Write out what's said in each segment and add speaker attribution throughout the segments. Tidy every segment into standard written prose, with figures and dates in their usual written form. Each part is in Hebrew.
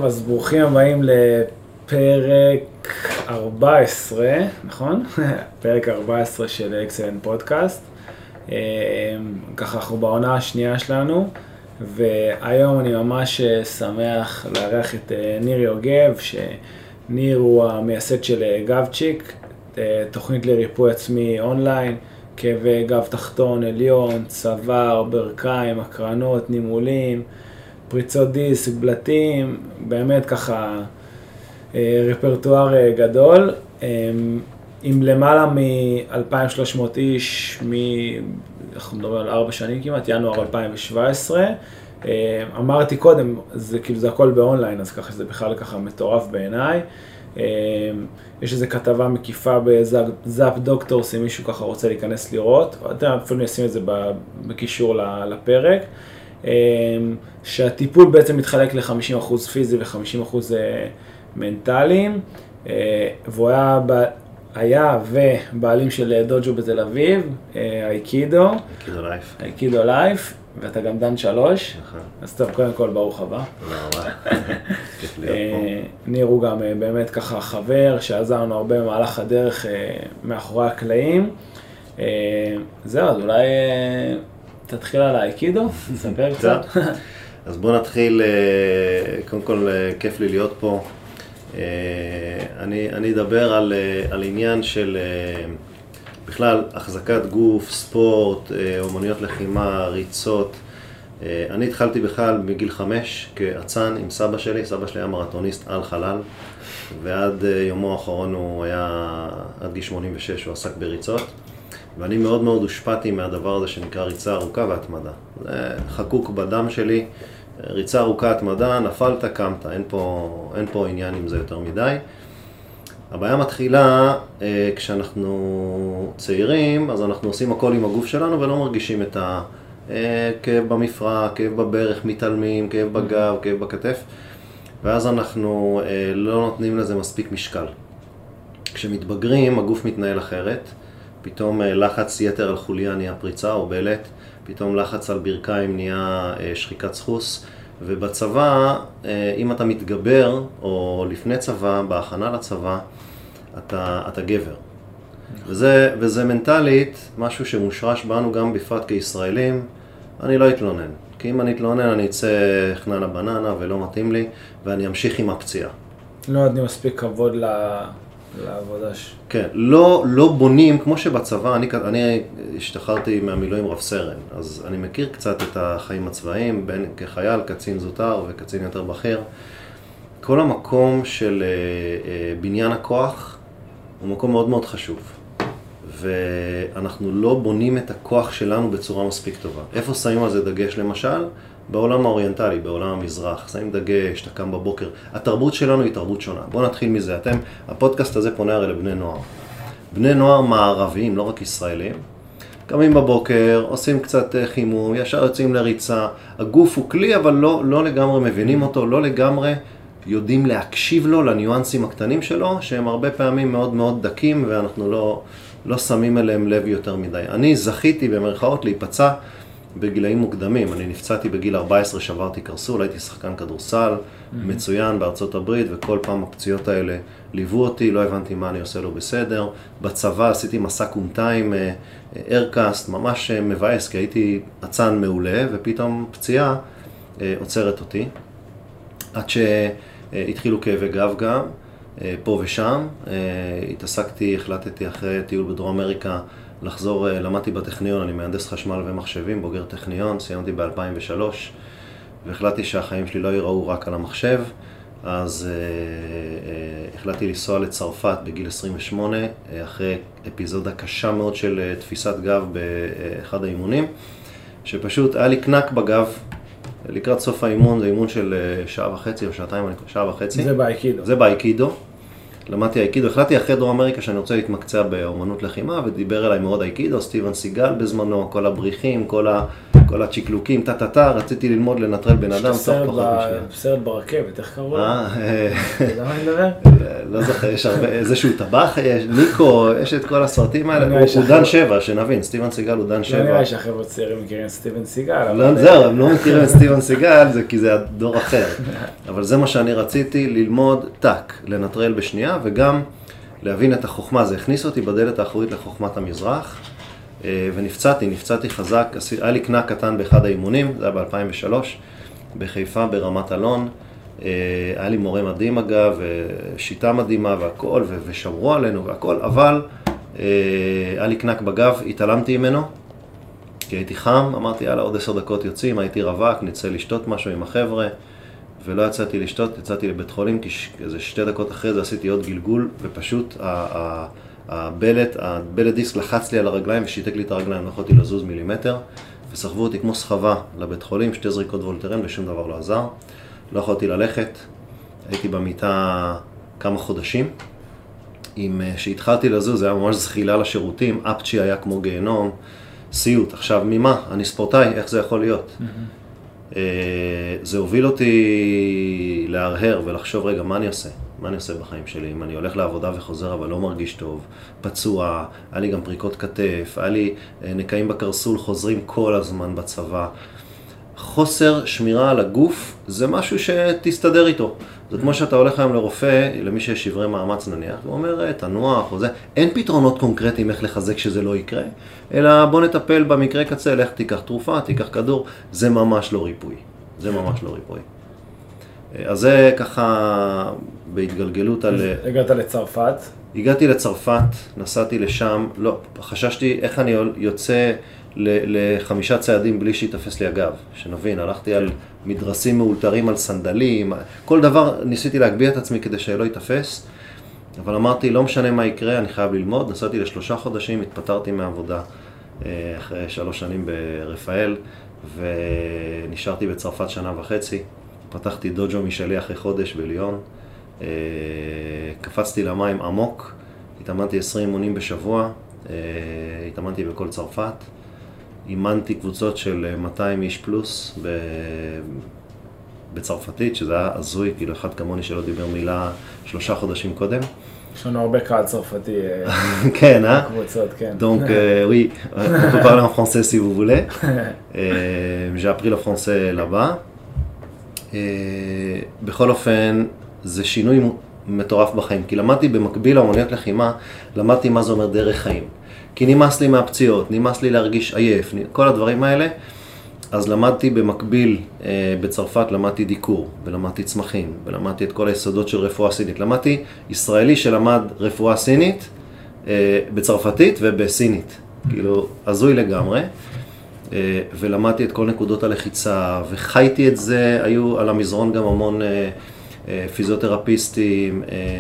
Speaker 1: טוב, אז ברוכים הבאים לפרק 14, נכון? פרק 14 של אקסלנט פודקאסט. ככה אנחנו בעונה השנייה שלנו, והיום אני ממש שמח לארח את ניר יוגב, שניר הוא המייסד של גבצ'יק, תוכנית לריפוי עצמי אונליין, כאבי גב תחתון, עליון, צוואר, ברכיים, הקרנות, נימולים, פריצות דיסק, בלטים, באמת ככה רפרטואר גדול, עם למעלה מ-2,300 איש, אנחנו מדברים על 4 שנים כמעט, ינואר 2017. אמרתי קודם, זה כאילו זה הכל באונליין, אז ככה שזה בכלל ככה מטורף בעיניי. יש איזו כתבה מקיפה בזאפ דוקטורס, אם מישהו ככה רוצה להיכנס לראות, אתם אפילו נשים את זה בקישור לפרק, שהטיפול בעצם מתחלק ל-50% פיזי ו-50% מנטליים, והוא היה ובעלים של דוג'ו בתל אביב, אייקידו לייף, ואתה גם דן 3, אז טוב, קודם כל ברוך הבא.
Speaker 2: תודה רבה, כיף להיות פה.
Speaker 1: ניר הוא גם באמת ככה חבר שעזר לנו הרבה במהלך הדרך מאחורי הקלעים. זהו, אז אולי תתחיל על האייקידו, תספר קצת.
Speaker 2: אז בוא נתחיל, קודם כל כיף לי להיות פה. אני אדבר על עניין של בכלל החזקת גוף, ספורט, אומנויות לחימה, ריצות. אני התחלתי בכלל מגיל 5 כאצן עם סבא שלי היה מרתוניסט על חלל, ועד יומו האחרון הוא היה, עד גיל 86 הוא עסק בריצות, ואני מאוד מאוד הושפעתי מהדבר הזה שנקרא ריצה ארוכה והתמדה. זה חקוק בדם שלי, ריצה ארוכה, התמדה, נפלת, קמת, אין פה עניין עם זה יותר מדי. הבעיה מתחילה כשאנחנו צעירים, אז אנחנו עושים הכל עם הגוף שלנו ולא מרגישים את הכאב במפרק, כאב בברך, מתעלמים, כאב בגב, כאב בכתף, ואז אנחנו לא נותנים לזה מספיק משקל. כשמתבגרים הגוף מתנהל אחרת, פתאום לחץ יתר על חוליה נהיה פריצה או בלט, פתאום לחץ על ברכיים נהיה שחיקת סחוס, ובצבא, אם אתה מתגבר, או לפני צבא, בהכנה לצבא, אתה גבר. וזה מנטלית, משהו שמושרש בנו גם בפרט כישראלים, אני לא אתלונן. כי אם אני אתלונן, אני אצא חננה בננה ולא מתאים לי, ואני אמשיך עם הפציעה.
Speaker 1: לא נותנים מספיק כבוד לעבודה.
Speaker 2: כן, לא בונים, כמו שבצבא, אני השתחררתי מהמילואים רב סרן, אז אני מכיר קצת את החיים הצבאיים, בין כחייל, קצין זוטר וקצין יותר בכיר. כל המקום של בניין הכוח הוא מקום מאוד מאוד חשוב, ואנחנו לא בונים את הכוח שלנו בצורה מספיק טובה. איפה שמים על זה דגש למשל? בעולם האוריינטלי, בעולם המזרח, שמים דגש, אתה קם בבוקר. התרבות שלנו היא תרבות שונה. בואו נתחיל מזה. הפודקאסט הזה פונה הרי לבני נוער. בני נוער מערביים, לא רק ישראלים. קמים בבוקר, עושים קצת חימום, ישר יוצאים לריצה. הגוף הוא כלי, אבל לא לגמרי מבינים אותו, לא לגמרי יודעים להקשיב לו, לניואנסים הקטנים שלו, שהם הרבה פעמים מאוד מאוד דקים, ואנחנו לא שמים אליהם לב יותר מדי. אני זכיתי במרכאות להיפצע בגילאים מוקדמים. אני נפצעתי בגיל 14, שברתי קרסול, הייתי שחקן כדורסל מצוין בארצות הברית, וכל פעם הפציעות האלה ליוו אותי, לא הבנתי מה אני עושה לו בסדר. בצבא עשיתי מסע קומתיים, ארקאסט, ממש מבאס, כי הייתי אצן מעולה, ופתאום פציעה עוצרת אותי. עד שהתחילו כאבי גב גם, פה ושם. החלטתי אחרי טיול בדרום אמריקה, לחזור, למדתי בטכניון, אני מהנדס חשמל ומחשבים, בוגר טכניון, סיימתי ב-2003, והחלטתי שהחיים שלי לא ייראו רק על המחשב, אז החלטתי לנסוע לצרפת בגיל 28, אחרי אפיזודה קשה מאוד של תפיסת גב באחד האימונים, שפשוט היה לי קנק בגב, לקראת סוף האימון, זה אימון של שעה וחצי או שעתיים, שעה וחצי.
Speaker 1: זה באייקידו.
Speaker 2: זה באייקידו. למדתי אייקידו, החלטתי אחרי דרום אמריקה שאני רוצה להתמקצע באומנות לחימה, ודיבר אליי מאוד אייקידו, סטיבן סיגל בזמנו, כל הבריחים, כל כל הצ'יקלוקים, טה-טה-טה, רציתי ללמוד לנטרל בן אדם, תוך פחות משנייה.
Speaker 1: בסרט ברכבת, איך קראו לו? אתה יודע מה אני מדבר?
Speaker 2: לא זוכר, יש הרבה, איזשהו טבח, ניקו, יש את כל הסרטים האלה, הוא דן 7, שנבין, סטיבן סיגל הוא דן 7.
Speaker 1: לא נראה שהחבר'ה צעירים מכירים את סטיבן סיגל.
Speaker 2: לא, זהו, הם לא מכירים את סטיבן סיגל, זה כי זה הדור אחר. אבל זה מה שאני רציתי, ללמוד טק, לנטרל בשנייה, וגם להבין את החוכמה. זה הכניס אותי בדלת האחורית לחוכמת המזרח, ונפצעתי חזק. היה לי קנק קטן באחד האימונים, זה היה ב-2003, בחיפה, ברמת אלון. היה לי מורה מדהים אגב, שיטה מדהימה והכל, ושמרו עלינו והכל, אבל היה לי קנק בגב, התעלמתי ממנו, כי הייתי חם, אמרתי יאללה עוד 10 דקות יוצאים, הייתי רווק, נצא לשתות משהו עם החבר'ה, ולא יצאתי לשתות, יצאתי לבית חולים, כי איזה 2 דקות אחרי זה עשיתי עוד גלגול, ופשוט הבלט דיסק לחץ לי על הרגליים ושיתק לי את הרגליים, לא יכולתי לזוז מילימטר, וסחבו אותי כמו סחבה לבית חולים, 2 זריקות וולטרן ושום דבר לא עזר. לא יכולתי ללכת, הייתי במיטה כמה חודשים. כשהתחלתי לזוז, זה היה ממש זחילה לשירותים, אפצ'י היה כמו גיהנום, סיוט. עכשיו, ממה? אני ספורטאי, איך זה יכול להיות? זה הוביל אותי להרהר ולחשוב, רגע, מה אני עושה? מה אני עושה בחיים שלי? אם אני הולך לעבודה וחוזר, אבל לא מרגיש טוב, פצוע, היה לי גם פריקות כתף, היה לי נקעים בקרסול, חוזרים כל הזמן בצבא. חוסר שמירה על הגוף זה משהו שתסתדר איתו. זה כמו שאתה הולך היום לרופא, למי שיש שברי מאמץ נניח, הוא אומר, תנוח או זה. אין פתרונות קונקרטיים איך לחזק שזה לא יקרה, אלא בוא נטפל במקרה קצה, לך תיקח תרופה, תיקח כדור, זה ממש לא ריפוי. זה ממש לא ריפוי. אז זה ככה בהתגלגלות על...
Speaker 1: הגעת לצרפת?
Speaker 2: הגעתי לצרפת, נסעתי לשם, לא, חששתי איך אני יוצא ל5 צעדים בלי שיתפס לי הגב, שנבין, הלכתי על מדרסים מאולתרים, על סנדלים, כל דבר ניסיתי להגביה את עצמי כדי שלא יתפס, אבל אמרתי, לא משנה מה יקרה, אני חייב ללמוד, נסעתי ל3 חודשים, התפטרתי מהעבודה אחרי 3 שנים ברפאל, ונשארתי בצרפת 1.5 שנה, פתחתי דוג'ו משלי אחרי חודש בליון, קפצתי למים עמוק, התאמנתי 20 אימונים בשבוע, התאמנתי בכל צרפת, אימנתי קבוצות של 200 איש פלוס בצרפתית, שזה היה הזוי, כאילו אחד כמוני שלא דיבר מילה 3 חודשים קודם.
Speaker 1: יש לנו הרבה קהל צרפתי.
Speaker 2: כן, אה?
Speaker 1: קבוצות, כן.
Speaker 2: Donc, oui, on peut parler en français si vous voulez. J'ai appris le français là-bas. בכל אופן, זה שינוי מטורף בחיים, כי למדתי במקביל לאמנויות לחימה, למדתי מה זה אומר דרך חיים. כי נמאס לי מהפציעות, נמאס לי להרגיש עייף, כל הדברים האלה. אז למדתי במקביל בצרפת, למדתי דיקור, ולמדתי צמחים, ולמדתי את כל היסודות של רפואה סינית. למדתי ישראלי שלמד רפואה סינית בצרפתית ובסינית, כאילו הזוי לגמרי. ולמדתי את כל נקודות הלחיצה, וחייתי את זה, היו על המזרון גם המון פיזיותרפיסטים,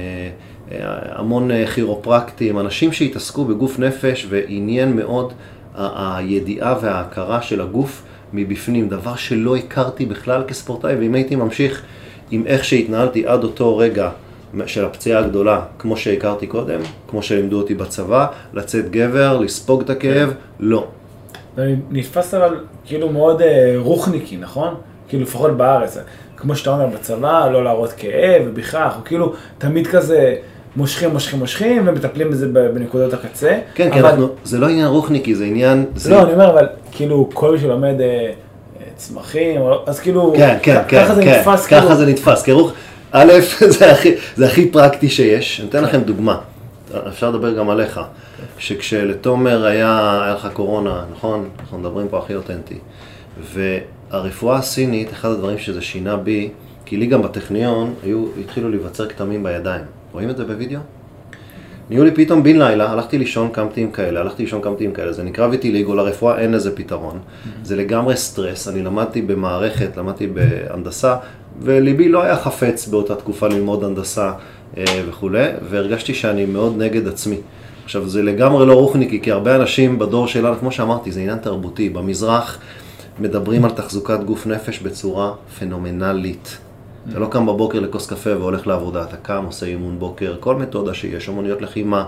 Speaker 2: המון כירופרקטים, אנשים שהתעסקו בגוף נפש, ועניין מאוד הידיעה וההכרה של הגוף מבפנים, דבר שלא הכרתי בכלל כספורטאי, ואם הייתי ממשיך עם איך שהתנהלתי עד אותו רגע של הפציעה הגדולה, כמו שהכרתי קודם, כמו שלימדו אותי בצבא, לצאת גבר, לספוג את הכאב, לא.
Speaker 1: נתפס אבל כאילו מאוד רוחניקי, נכון? כאילו לפחות בארץ, כמו שאתה אומר בצבא, לא להראות כאב ובכלל, אנחנו כאילו תמיד כזה מושכים ומטפלים בזה בנקודות הקצה.
Speaker 2: כן, כי זה לא עניין רוחניקי, זה עניין...
Speaker 1: לא, אני אומר, אבל כאילו כל מי שלומד צמחים, אז כאילו, ככה זה נתפס.
Speaker 2: ככה זה נתפס, כי א', זה הכי פרקטי שיש. אני אתן לכם דוגמה, אפשר לדבר גם עליך. שכשלתומר היה לך קורונה, נכון? אנחנו מדברים פה הכי אותנטי. והרפואה הסינית, אחד הדברים שזה שינה בי, כי לי גם בטכניון התחילו להיווצר כתמים בידיים. רואים את זה בווידאו? נהיו לי פתאום בן לילה, הלכתי לישון קמתי עם כאלה, זה נקרא ויטיליגו, לרפואה אין לזה פתרון. זה לגמרי סטרס, אני למדתי במערכת, למדתי בהנדסה, וליבי לא היה חפץ באותה תקופה ללמוד הנדסה וכו', והרגשתי שאני מאוד נגד עצמי. עכשיו, זה לגמרי לא רוחניקי, כי הרבה אנשים בדור שלנו, כמו שאמרתי, זה עניין תרבותי. במזרח מדברים על תחזוקת גוף נפש בצורה פנומנלית. אתה לא קם בבוקר לכוס קפה והולך לעבודה, אתה קם, עושה אימון בוקר, כל מתודה שיש, אמנויות לחימה,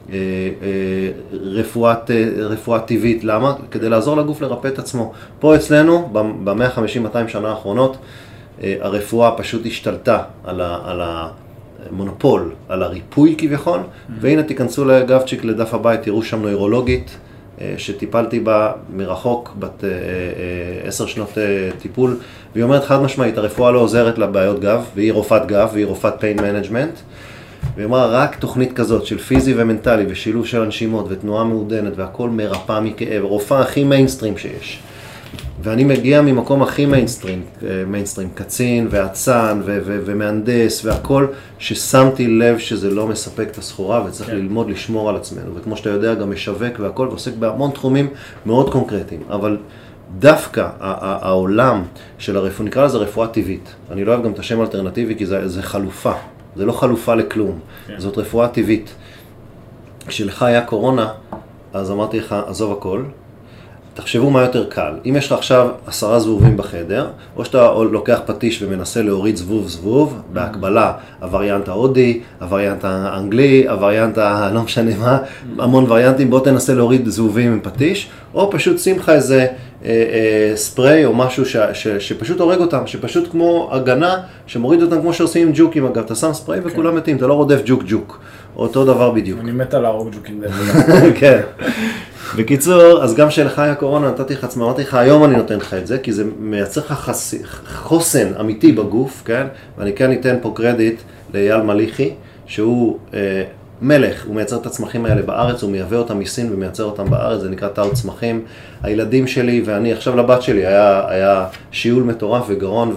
Speaker 2: רפואה טבעית, למה? כדי לעזור לגוף לרפא את עצמו. פה אצלנו, ב-150-200 שנה האחרונות, הרפואה פשוט השתלטה על המונופול, על הריפוי כביכול, והנה תיכנסו לגבצ'יק לדף הבית, תראו שם נוירולוגית, שטיפלתי בה מרחוק, בת 10 שנות טיפול, והיא אומרת חד משמעית, הרפואה לא עוזרת לבעיות גב, והיא רופאת גב, והיא רופאת pain management, והיא אמרה, רק תוכנית כזאת של פיזי ומנטלי, ושילוב של הנשימות, ותנועה מעודנת, והכל מרפא מכאב, רופאה הכי מיינסטרים שיש. ואני מגיע ממקום הכי מיינסטרים, קצין ואצן ומהנדס והכל, ששמתי לב שזה לא מספק את הסחורה וצריך ללמוד לשמור על עצמנו. וכמו שאתה יודע, גם משווק והכל, ועוסק בהמון תחומים מאוד קונקרטיים. אבל דווקא העולם של הרפואה, נקרא לזה רפואה טבעית. אני לא אוהב גם את השם האלטרנטיבי, כי זה חלופה. זה לא חלופה לכלום. זאת רפואה טבעית. כשלך היה קורונה, אז אמרתי לך, עזוב הכל. תחשבו מה יותר קל. אם יש לך עכשיו 10 זבובים בחדר, או שאתה לוקח פטיש ומנסה להוריד זבוב, בהקבלה, הווריאנט ההודי, הווריאנט האנגלי, הווריאנט לא משנה מה, המון וריאנטים, בוא תנסה להוריד זבובים עם פטיש, או פשוט שים לך איזה ספרי או משהו שפשוט הורג אותם, שפשוט כמו הגנה, שמוריד אותם כמו שעושים עם ג'וקים, אגב, אתה שם ספרי וכולם מתים, אתה לא רודף ג'וק. אותו דבר בדיוק.
Speaker 1: אני מת על להרוג ג'וקים דרך.
Speaker 2: כן. בקיצור, אז גם שלך היה קורונה, נתתי לך עצמה, אמרתי לך, היום אני נותן לך את זה, כי זה מייצר לך חוסן אמיתי בגוף, כן? ואני כן ניתן פה קרדיט לאייל מליחי, שהוא מלך, הוא מייצר את הצמחים האלה בארץ, הוא מייבא אותם מסין ומייצר אותם בארץ, זה נקרא תאו צמחים. הילדים שלי ואני, עכשיו לבת שלי, היה שיעול מטורף וגרון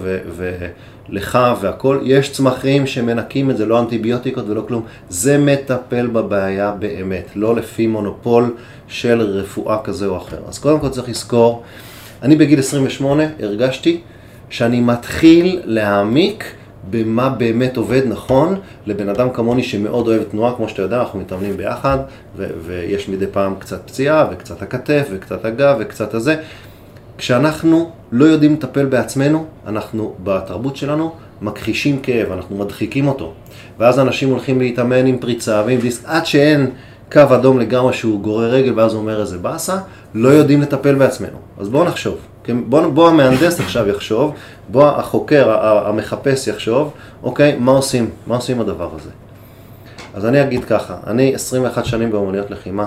Speaker 2: ולך והכל. יש צמחים שמנקים את זה, לא אנטיביוטיקות ולא כלום. זה מטפל בבעיה באמת, לא לפי מונופול של רפואה כזה או אחר. אז קודם כל צריך לזכור, אני בגיל 28 הרגשתי שאני מתחיל להעמיק במה באמת עובד נכון לבן אדם כמוני שמאוד אוהב תנועה, כמו שאתה יודע, אנחנו מתאמנים ביחד, ויש מדי פעם קצת פציעה, וקצת הכתף, וקצת הגב, וקצת הזה. כשאנחנו לא יודעים לטפל בעצמנו, אנחנו בתרבות שלנו מכחישים כאב, אנחנו מדחיקים אותו. ואז אנשים הולכים להתאמן עם פריצה ועם דיסק, עד שאין קו אדום לגמרי שהוא גורר רגל, ואז הוא אומר איזה באסה, לא יודעים לטפל בעצמנו. אז בואו נחשוב. בוא המהנדס עכשיו יחשוב, בוא החוקר, המחפש יחשוב, אוקיי, מה עושים? מה עושים הדבר הזה? אז אני אגיד ככה, אני 21 שנים באומנויות לחימה,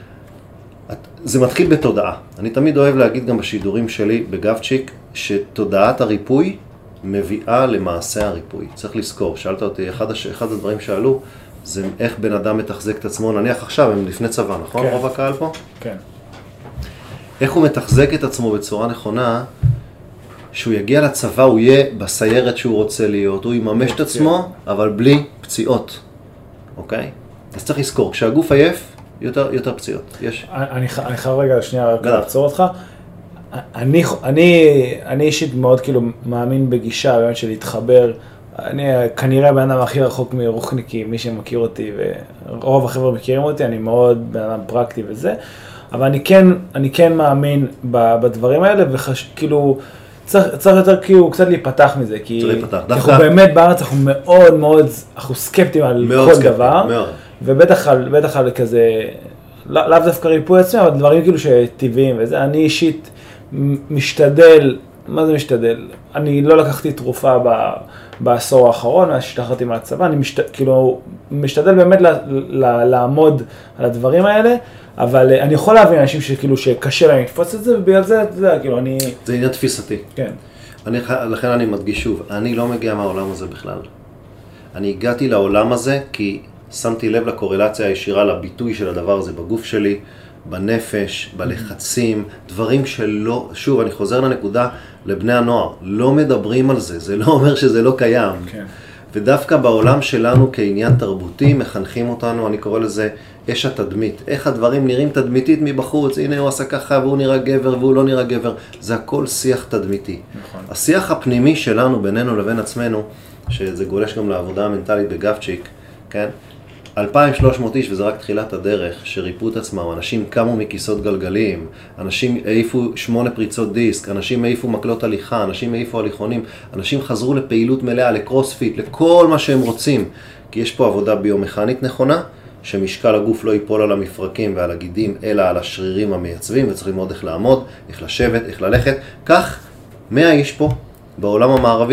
Speaker 2: זה מתחיל בתודעה. אני תמיד אוהב להגיד גם בשידורים שלי בגבצ'יק, שתודעת הריפוי מביאה למעשה הריפוי. צריך לזכור, שאלת אותי, אחד הדברים שעלו, זה איך בן אדם מתחזק את עצמו, נניח עכשיו, הם לפני צבא, נכון?
Speaker 1: כן.
Speaker 2: רוב הקהל פה?
Speaker 1: כן.
Speaker 2: איך הוא מתחזק את עצמו בצורה נכונה, שהוא יגיע לצבא, הוא יהיה בסיירת שהוא רוצה להיות, הוא יממש את עצמו, אבל בלי פציעות, אוקיי? אז צריך לזכור, כשהגוף עייף, יותר פציעות, יש.
Speaker 1: אני חייב רגע, שנייה, לעצור אותך. אני אישית מאוד כאילו מאמין בגישה, באמת של להתחבר. אני כנראה בן אדם הכי רחוק מרוחניקי, מי שמכיר אותי, ורוב החבר'ה מכירים אותי, אני מאוד בן אדם פרקטי וזה. אבל אני כן מאמין בדברים האלה, וכאילו, צריך יותר כאילו קצת להיפתח מזה, כי אנחנו באמת בארץ, אנחנו מאוד סקפטיים על כל דבר, ובטח על כזה, לאו דווקא ריפוי עצמי, אבל דברים כאילו שטבעיים וזה. אני אישית משתדל, מה זה משתדל? אני לא לקחתי תרופה בעשור האחרון, אז השתחררתי מהצבא, אני כאילו משתדל באמת לעמוד על הדברים האלה, אבל אני יכול להבין אנשים שכאילו שקשה להם לתפוס את זה, ובגלל זה, כאילו אני...
Speaker 2: זה עניין תפיסתי.
Speaker 1: כן.
Speaker 2: לכן אני מדגיש שוב, אני לא מגיע מהעולם הזה בכלל. אני הגעתי לעולם הזה כי שמתי לב לקורלציה הישירה לביטוי של הדבר הזה בגוף שלי, בנפש, בלחצים, דברים שלא, שוב, אני חוזר לנקודה לבני הנוער, לא מדברים על זה, זה לא אומר שזה לא קיים.
Speaker 1: כן.
Speaker 2: ודווקא בעולם שלנו כעניין תרבותי, מחנכים אותנו, אני קורא לזה אש התדמית. איך הדברים נראים תדמיתית מבחוץ, הנה הוא עשה ככה והוא נראה גבר והוא לא נראה גבר, זה הכל שיח תדמיתי.
Speaker 1: נכון.
Speaker 2: השיח הפנימי שלנו בינינו לבין עצמנו, שזה גולש גם לעבודה המנטלית בגבצ'יק, כן? 2,300 איש, וזה רק תחילת הדרך, שריפו את עצמם, אנשים קמו מכיסאות גלגלים, אנשים העיפו 8 פריצות דיסק, אנשים העיפו מקלות הליכה, אנשים העיפו הליכונים, אנשים חזרו לפעילות מלאה, לקרוספיט, לכל מה שהם רוצים, כי יש פה עבודה ביומכנית נכונה, שמשקל הגוף לא ייפול על המפרקים ועל הגידים, אלא על השרירים המייצבים, וצריך ללמוד איך לעמוד, איך לשבת, איך ללכת. כך 100 איש פה, בעולם המערבי,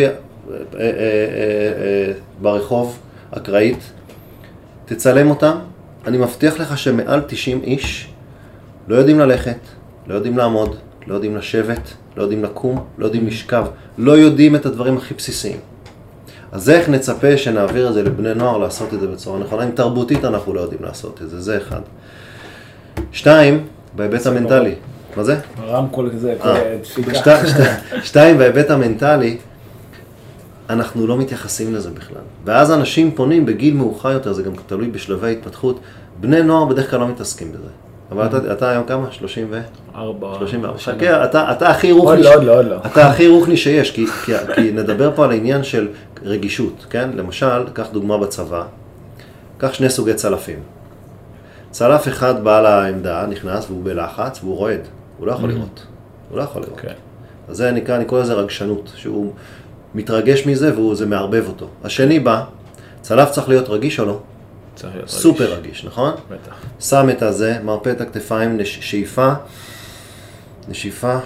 Speaker 2: ברחוב, אקראית, תצלם אותם, אני מבטיח לך שמעל 90 איש לא יודעים ללכת, לא יודעים לעמוד, לא יודעים לשבת, לא יודעים לקום, לא יודעים לשכב, לא יודעים את הדברים הכי בסיסיים. אז איך נצפה שנעביר את זה לבני נוער לעשות את זה בצורה נכונה? אם תרבותית אנחנו לא יודעים לעשות את זה, זה אחד. 2, בהיבט המנטלי. מה זה?
Speaker 1: רמקול כזה, דפיקה.
Speaker 2: 2, בהיבט המנטלי, אנחנו לא מתייחסים לזה בכלל. ואז אנשים פונים בגיל מאוחר יותר, זה גם תלוי בשלבי התפתחות, בני נוער בדרך כלל לא מתעסקים בזה. אבל אתה היום כמה? 34. חכה, אתה הכי רוחני.
Speaker 1: עוד לא.
Speaker 2: אתה הכי רוחני שיש, כי נדבר פה על העניין של רגישות, כן? למשל, קח דוגמה בצבא, קח 2 סוגי צלפים. צלף אחד בא לעמדה, נכנס והוא בלחץ והוא רועד. הוא לא יכול לראות. אז זה נקרא, אני קורא לזה רגשנות, שהוא מתרגש מזה וזה מערבב אותו. השני בא, צלף צריך להיות רגיש או לא?
Speaker 1: צריך להיות רגיש.
Speaker 2: סופר רגיש, נכון?
Speaker 1: בטח.
Speaker 2: שם את הזה, מרפא את הכתפיים, שאיפה, נשיפה,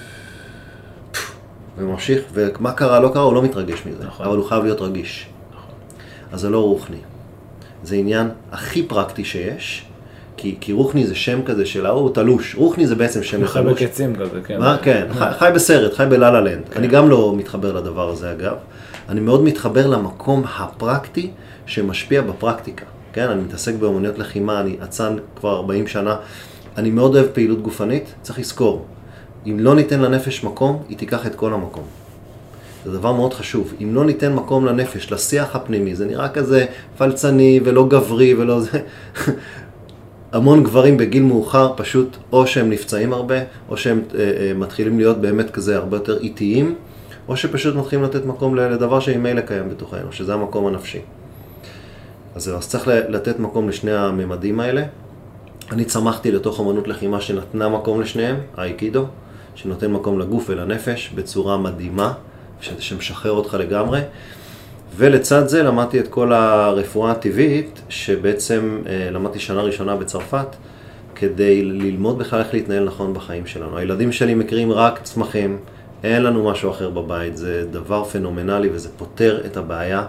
Speaker 2: וממשיך, ומה קרה, לא קרה, הוא לא מתרגש מזה, נכון. אבל הוא חייב להיות רגיש. נכון. אז זה לא רוחני. זה עניין הכי פרקטי שיש, כי רוחני זה שם כזה של הוא תלוש. רוחני זה בעצם שם תלוש.
Speaker 1: חי בקצים כזה, כן.
Speaker 2: מה? כן, חי בסרט, חי בללה לנד. אני גם לא מתחבר לדבר הזה אגב. אני מאוד מתחבר למקום הפרקטי שמשפיע בפרקטיקה. כן, אני מתעסק באמנויות לחימה, אני אצן כבר 40 שנה. אני מאוד אוהב פעילות גופנית, צריך לזכור. אם לא ניתן לנפש מקום, היא תיקח את כל המקום. זה דבר מאוד חשוב. אם לא ניתן מקום לנפש, לשיח הפנימי, זה נראה כזה פלצני ולא גברי ולא זה. המון גברים בגיל מאוחר פשוט או שהם נפצעים הרבה, או שהם מתחילים להיות באמת כזה הרבה יותר איטיים, או שפשוט מתחילים לתת מקום לדבר שממילא קיים בתוכנו, שזה המקום הנפשי. אז צריך לתת מקום לשני הממדים האלה. אני צמחתי לתוך אמנות לחימה שנתנה מקום לשניהם, האיקידו, שנותן מקום לגוף ולנפש בצורה מדהימה, שמשחרר אותך לגמרי. ולצד זה למדתי את כל הרפואה הטבעית, שבעצם למדתי שנה ראשונה בצרפת, כדי ללמוד בכלל איך להתנהל נכון בחיים שלנו. הילדים שלי מכירים רק צמחים, אין לנו משהו אחר בבית, זה דבר פנומנלי וזה פותר את הבעיה.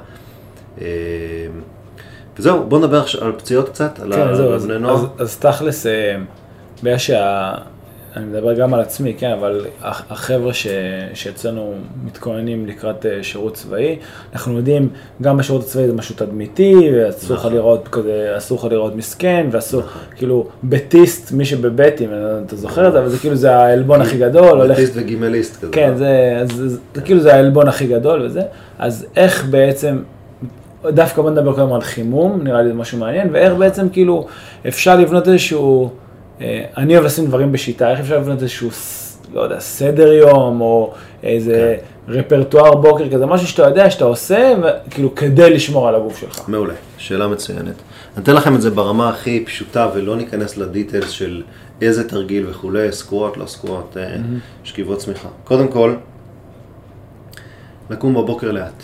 Speaker 2: וזהו, בוא נדבר על פציעות קצת, על בני נוער.
Speaker 1: אז תכלס, אני מדבר גם על עצמי, כן, אבל החבר'ה שאצלנו מתכוננים לקראת שירות צבאי, אנחנו יודעים, גם בשירות הצבאי זה משהו תדמיתי, ואסור לך לראות כזה, אסור לך לראות מסכן, ואסור, כאילו, בטיסט, מי שבבטים, אתה זוכר את זה, אבל זה כאילו זה העלבון הכי גדול.
Speaker 2: בטיסט וגימליסט כזה.
Speaker 1: כן, זה כאילו זה העלבון הכי גדול וזה, אז איך בעצם, דווקא בוא נדבר קודם על חימום, נראה לי זה משהו מעניין, ואיך בעצם כאילו אפשר לבנות איזשהו, אני אוהב לשים דברים בשיטה, איך אפשר לבנות איזשהו, לא יודע, סדר יום, או איזה רפרטואר בוקר כזה, משהו שאתה יודע שאתה עושה, כאילו כדי לשמור על הגוף שלך.
Speaker 2: מעולה, שאלה מצוינת. אני אתן לכם את זה ברמה הכי פשוטה, ולא ניכנס לדיטלס של איזה תרגיל וכו', סקוואט, לא סקוואט, שכיבות צמיחה. קודם כל, לקום בבוקר לאט.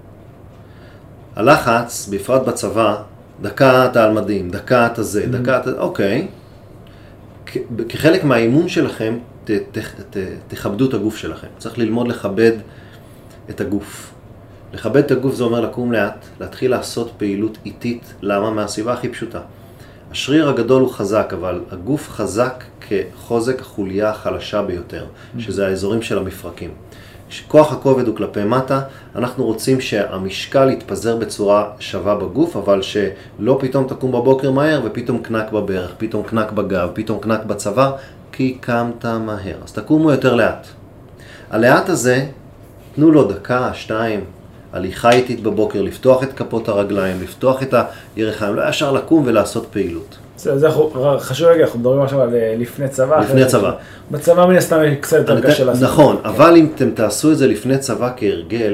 Speaker 2: הלחץ, בפרט בצבא, דקה אתה על מדים, דקה אתה זה, דקה אתה, אוקיי. כחלק מהאימון שלכם, תכבדו את הגוף שלכם. צריך ללמוד לכבד את הגוף. לכבד את הגוף זה אומר לקום לאט, להתחיל לעשות פעילות איטית. למה? מהסיבה הכי פשוטה. השריר הגדול הוא חזק, אבל הגוף חזק כחוזק החוליה החלשה ביותר, שזה האזורים של המפרקים. כשכוח הכובד הוא כלפי מטה, אנחנו רוצים שהמשקל יתפזר בצורה שווה בגוף, אבל שלא פתאום תקום בבוקר מהר ופתאום קנק בברך, פתאום קנק בגב, פתאום קנק בצוואר, כי קמת מהר. אז תקומו יותר לאט. הלאט הזה, תנו לו דקה, 2, הליכה איטית בבוקר, לפתוח את כפות הרגליים, לפתוח את הירכיים, לא ישר לקום ולעשות פעילות.
Speaker 1: זה חשוב רגע, אנחנו מדברים עכשיו על לפני צבא.
Speaker 2: לפני צבא.
Speaker 1: בצבא מן הסתם קצת יותר קשה לעשות.
Speaker 2: נכון, אבל אם אתם תעשו את זה לפני צבא כהרגל,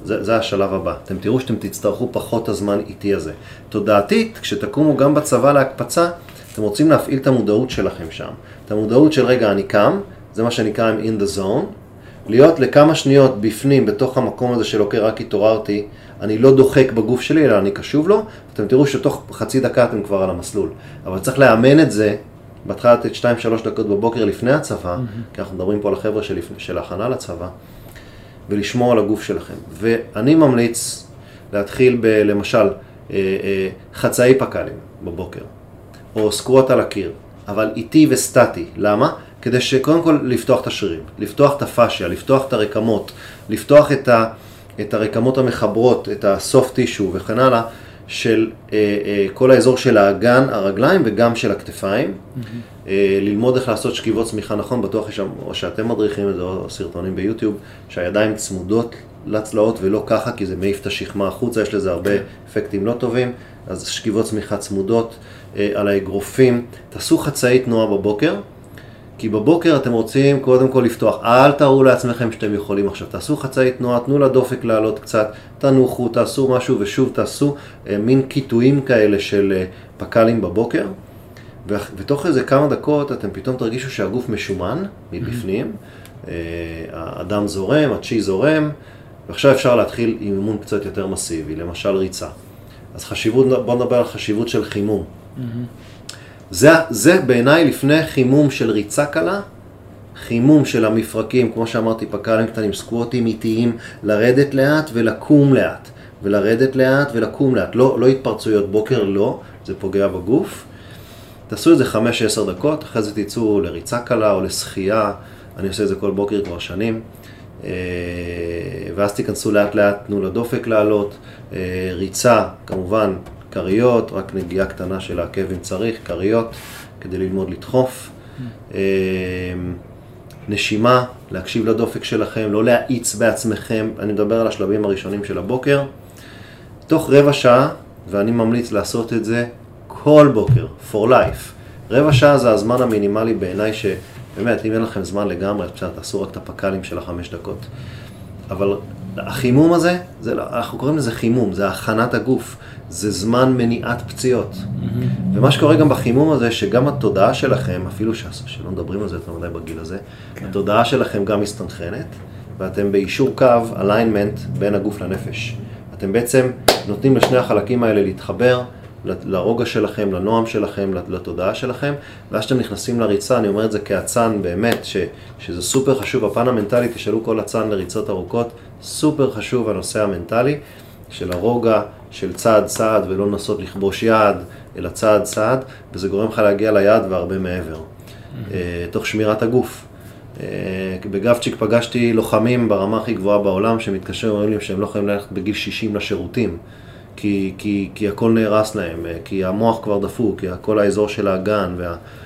Speaker 2: זה השלב הבא. אתם תראו שאתם תצטרכו פחות הזמן איתי הזה. תודעתית, כשתקומו גם בצבא להקפצה, אתם רוצים להפעיל את המודעות שלכם שם. את המודעות של רגע אני קם, זה מה שנקרא in the zone, להיות לכמה שניות בפנים, בתוך המקום הזה של אוקיי, רק התעוררתי, אני לא דוחק בגוף שלי, אלא אני קשוב לו, אתם תראו שתוך חצי דקה אתם כבר על המסלול. אבל צריך לאמן את זה, בהתחלה לתת 2-3 דקות בבוקר לפני הצבא, כי אנחנו מדברים פה על החבר'ה של ההכנה לצבא, ולשמור על הגוף שלכם. ואני ממליץ להתחיל למשל חצאי פקלים בבוקר, או סקווט על הקיר, אבל איטי וסטטי. למה? כדי שקודם כל לפתוח את השרירים, לפתוח את הפאשיה, לפתוח את הרקמות, לפתוח את הרקמות המחברות, את הסופט טישו וכן הלאה, של כל האזור של האגן, הרגליים וגם של הכתפיים. ללמוד איך לעשות שכיבות צמיחה נכון, בטוח יש שם, או שאתם מדריכים את זה, או סרטונים ביוטיוב, שהידיים צמודות לצלעות ולא ככה, כי זה מעיף את השכמה החוצה, יש לזה הרבה אפקטים לא טובים, אז שכיבות צמיחה צמודות על האגרופים. תעשו חצאי תנועה בבוקר, כי בבוקר אתם רוצים קודם כל לפתוח, אל תראו לעצמכם שאתם יכולים עכשיו, תעשו חצאי תנועה, תנו לדופק לעלות קצת, תנוחו, תעשו משהו ושוב תעשו מין קיטויים כאלה של פקלים בבוקר, ותוך איזה כמה דקות אתם פתאום תרגישו שהגוף משומן מבפנים, הדם זורם, הצ'י זורם, ועכשיו אפשר להתחיל עם אימון קצת יותר מסיבי, למשל ריצה. אז בואו נדבר על חשיבות של חימום. זה בעיניי לפני חימום של ריצה קלה, חימום של המפרקים, כמו שאמרתי, פקלים קטנים, סקווטים איטיים, לרדת לאט ולקום לאט, ולרדת לאט ולקום לאט. לא התפרצויות בוקר, לא, זה פוגע בגוף. תעשו את זה 5-10 דקות, אחרי זה תצאו לריצה קלה או לשחייה, אני עושה את זה כל בוקר כבר שנים, ואז תיכנסו לאט לאט, תנו לדופק לעלות, ריצה, כמובן, קריות, רק נגיעה קטנה של העקב אם צריך, קריות, כדי ללמוד לדחוף. נשימה, להקשיב לדופק שלכם, לא להאיץ בעצמכם, אני מדבר על השלבים הראשונים של הבוקר. תוך רבע שעה, ואני ממליץ לעשות את זה כל בוקר, for life. רבע שעה זה הזמן המינימלי בעיניי שבאמת, אם אין לכם זמן לגמרי, תעשו רק את הפקלים של 5 דקות. אבל החימום הזה, אנחנו קוראים לזה חימום, זה הכנת הגוף, זה זמן מניעת פציעות. ומה שקורה גם בחימום הזה, שגם התודעה שלכם, אפילו שלא מדברים על זה יותר מדי בגיל הזה, התודעה שלכם גם מסתנכרנת, ואתם באישור קו, alignment בין הגוף לנפש. אתם בעצם נותנים לשני החלקים האלה להתחבר, לרוגע שלכם, לנועם שלכם, לתודעה שלכם, ואז שאתם נכנסים לריצה, אני אומר את זה כעצן באמת, שזה סופר חשוב, הפן המנטלי, תשאלו כל עצן לריצות ארוכות, סופר חשוב הנושא המנטלי, של הרוגע, של צעד צעד, ולא לנסות לכבוש יעד, אלא צעד צעד, וזה גורם לך להגיע ליעד והרבה מעבר, תוך שמירת הגוף. בגבצ'יק פגשתי לוחמים ברמה הכי גבוהה בעולם, שמתקשרים ואומרים לי שהם לא יכולים ללכת בגיל 60 לשירותים, כי הכל נהרס להם, כי המוח כבר דפוק, כי כל האזור של האגן,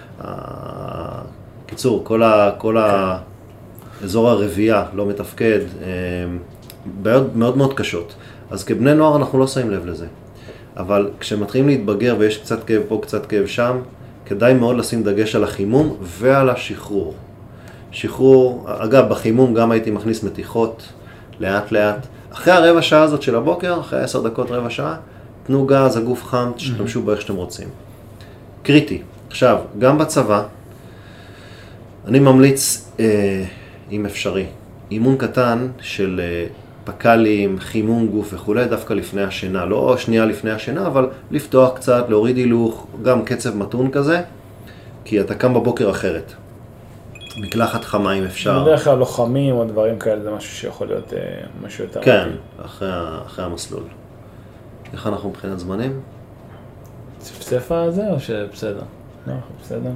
Speaker 2: קיצור, כל האזור הרבייה לא מתפקד, בעיות מאוד מאוד קשות. אז כבני נוער אנחנו לא שמים לב לזה. אבל כשמתחילים להתבגר ויש קצת כאב פה, קצת כאב שם, כדאי מאוד לשים דגש על החימום ועל השחרור. שחרור, אגב, בחימום גם הייתי מכניס מתיחות, לאט לאט. אחרי הרבע שעה הזאת של הבוקר, אחרי 10 דקות רבע שעה, תנו גז, הגוף חם, תשתמשו באיך שאתם רוצים. קריטי. עכשיו, גם בצבא, אני ממליץ, אם אפשרי, אימון קטן של פקלים, חימום גוף וכו', דווקא לפני השינה. לא שנייה לפני השינה, אבל לפתוח קצת, להוריד הילוך, גם קצב מתון כזה, כי אתה קם בבוקר אחרת. מקלחת חמה אם אפשר.
Speaker 1: בדרך כלל לוחמים או דברים כאלה, זה משהו שיכול להיות משהו יותר...
Speaker 2: כן, אחרי המסלול. איך אנחנו מבחינת זמנים?
Speaker 1: צפצף הזה או שבסדר? לא, בסדר.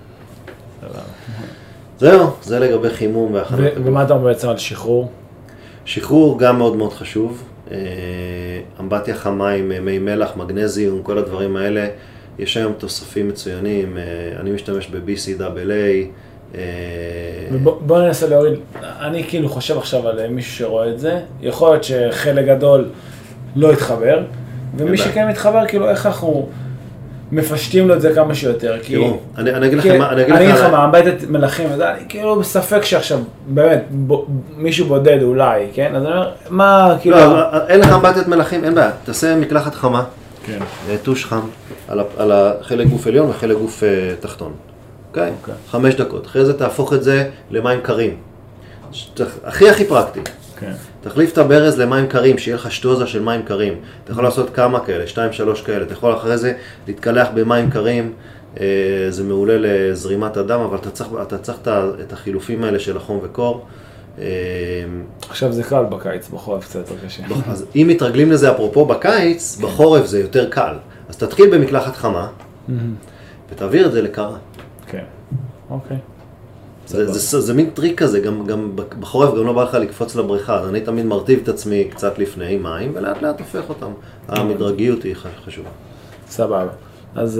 Speaker 2: זהו, זה לגבי חימום והכנת.
Speaker 1: ומה אתה אומר בעצם על שחרור?
Speaker 2: שחרור גם מאוד מאוד חשוב. אמבטיה חמה עם מי מלח, מגנזיום, כל הדברים האלה. יש היום תוספים מצוינים, אני משתמש ב-BCAA.
Speaker 1: בוא ננסה להוריד, אני כאילו חושב עכשיו על מישהו שרואה את זה, יכול להיות שחלק גדול לא יתחבר, ומי שכן מתחבר, כאילו איך אנחנו מפשטים לו את זה כמה שיותר.
Speaker 2: תראו, אני אגיד לכם מה,
Speaker 1: אני אגיד לך מה, בית מלכים, אני כאילו בספק שעכשיו, באמת, מישהו בודד אולי, כן? אז אני אומר, מה, כאילו...
Speaker 2: לא, אין לך בית מלכים, אין בעיה, תעשה מקלחת חמה,
Speaker 1: כן.
Speaker 2: טוש חם, על החלק גוף עליון וחלק גוף תחתון, אוקיי? 5 דקות, אחרי זה תהפוך את זה למים קרים, הכי פרקטי.
Speaker 1: כן.
Speaker 2: תחליף את הברז למים קרים, שיהיה לך שטוזה של מים קרים. אתה יכול לעשות כמה כאלה, 2-3 כאלה. אתה יכול אחרי זה להתקלח במים קרים, זה מעולה לזרימת הדם, אבל אתה צריך את החילופים האלה של החום וקור.
Speaker 1: עכשיו זה קל בקיץ, בחורף קצת יותר קשה.
Speaker 2: אז אם מתרגלים לזה אפרופו בקיץ, בחורף זה יותר קל. אז תתחיל במקלחת חמה, ותעביר את זה לקרה.
Speaker 1: כן, אוקיי.
Speaker 2: זה מין טריק כזה, גם בחורף גם לא בא לך לקפוץ לבריכה, אז אני תמיד מרטיב את עצמי קצת לפני מים, ולאט לאט הופך אותם. המדרגיות היא חשובה.
Speaker 1: סבבה. אז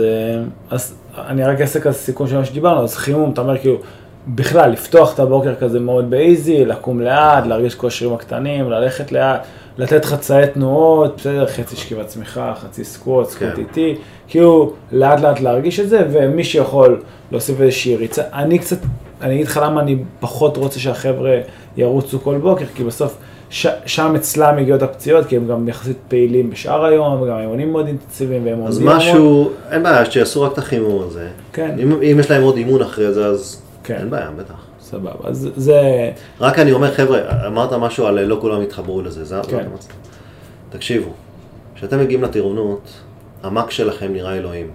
Speaker 1: אני רק אעשה כזה סיכון של מה שדיברנו, אז חימום, אתה אומר כאילו, בכלל, לפתוח את הבוקר כזה מאוד באיזי, לקום לאט, להרגיש כל השרירים הקטנים, ללכת לאט, לתת חצאי תנועות, בסדר, חצי שכיבת צמיחה, חצי סקווט, סקווט איטי, כאילו לאט לאט להרגיש את זה, ומי שיכול להוסיף איזושהי ריצה, אני אגיד לך למה אני פחות רוצה שהחבר'ה ירוצו כל בוקר, כי בסוף שם אצלם מגיעות הפציעות, כי הם גם יחסית פעילים בשאר היום, וגם אימונים מאוד אינטנסיביים, והם
Speaker 2: אז משהו, אין בעיה, שיעשו רק את החימום הזה.
Speaker 1: כן.
Speaker 2: אם יש להם עוד אימון אחרי זה, אז
Speaker 1: כן.
Speaker 2: אין בעיה, בטח.
Speaker 1: סבבה, אז זה...
Speaker 2: רק אני אומר, חבר'ה, אמרת משהו על לא כולם התחברו לזה, זה
Speaker 1: כן.
Speaker 2: תקשיבו, כשאתם מגיעים לטירונות, המק שלכם נראה אלוהים.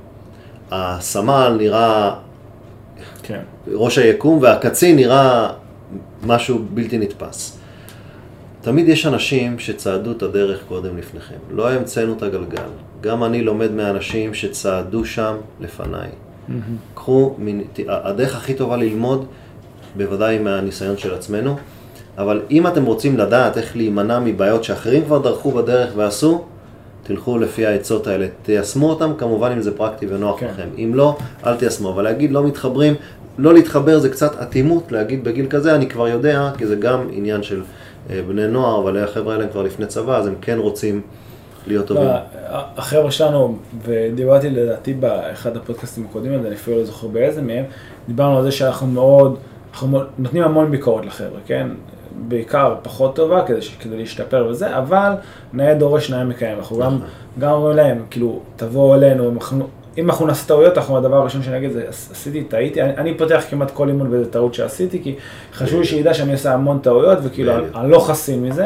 Speaker 2: הסמל נראה
Speaker 1: כן.
Speaker 2: ראש היקום, והקצין נראה משהו בלתי נתפס. תמיד יש אנשים שצעדו את הדרך קודם לפניכם. לא המצאנו את הגלגל. גם אני לומד מאנשים שצעדו שם לפניי. קחו, הדרך הכי טובה ללמוד, בוודאי מהניסיון של עצמנו, אבל אם אתם רוצים לדעת איך להימנע מבעיות שאחרים כבר דרכו בדרך ועשו, תלכו לפי העצות האלה, תיישמו אותם, כמובן אם זה פרקטי ונוח
Speaker 1: כן.
Speaker 2: לכם. אם לא, אל תיישמו, אבל להגיד לא מתחברים, לא להתחבר זה קצת אטימות, להגיד בגיל כזה אני כבר יודע, כי זה גם עניין של בני נוער, אבל החבר'ה האלה כבר לפני צבא, אז הם כן רוצים להיות טובים.
Speaker 1: החבר'ה שלנו, ודיברתי לדעתי באחד הפודקאסטים הקודמים, אני אפילו לא זוכר באיזה מהם, דיברנו על זה שאנחנו נותנים המון ביקורת לחבר'ה, כן? בעיקר פחות טובה כדי להשתפר וזה, אבל נאה דורש נאה מקיים. אנחנו גם אומרים להם, כאילו, תבואו אלינו, אם אנחנו נעשה טעויות, הדבר הראשון שאני אגיד זה, עשיתי, טעיתי, אני פותח כמעט כל אימון באיזה טעות שעשיתי, כי חשוב לי שידע שאני עושה המון טעויות, וכאילו, אני לא חסין מזה.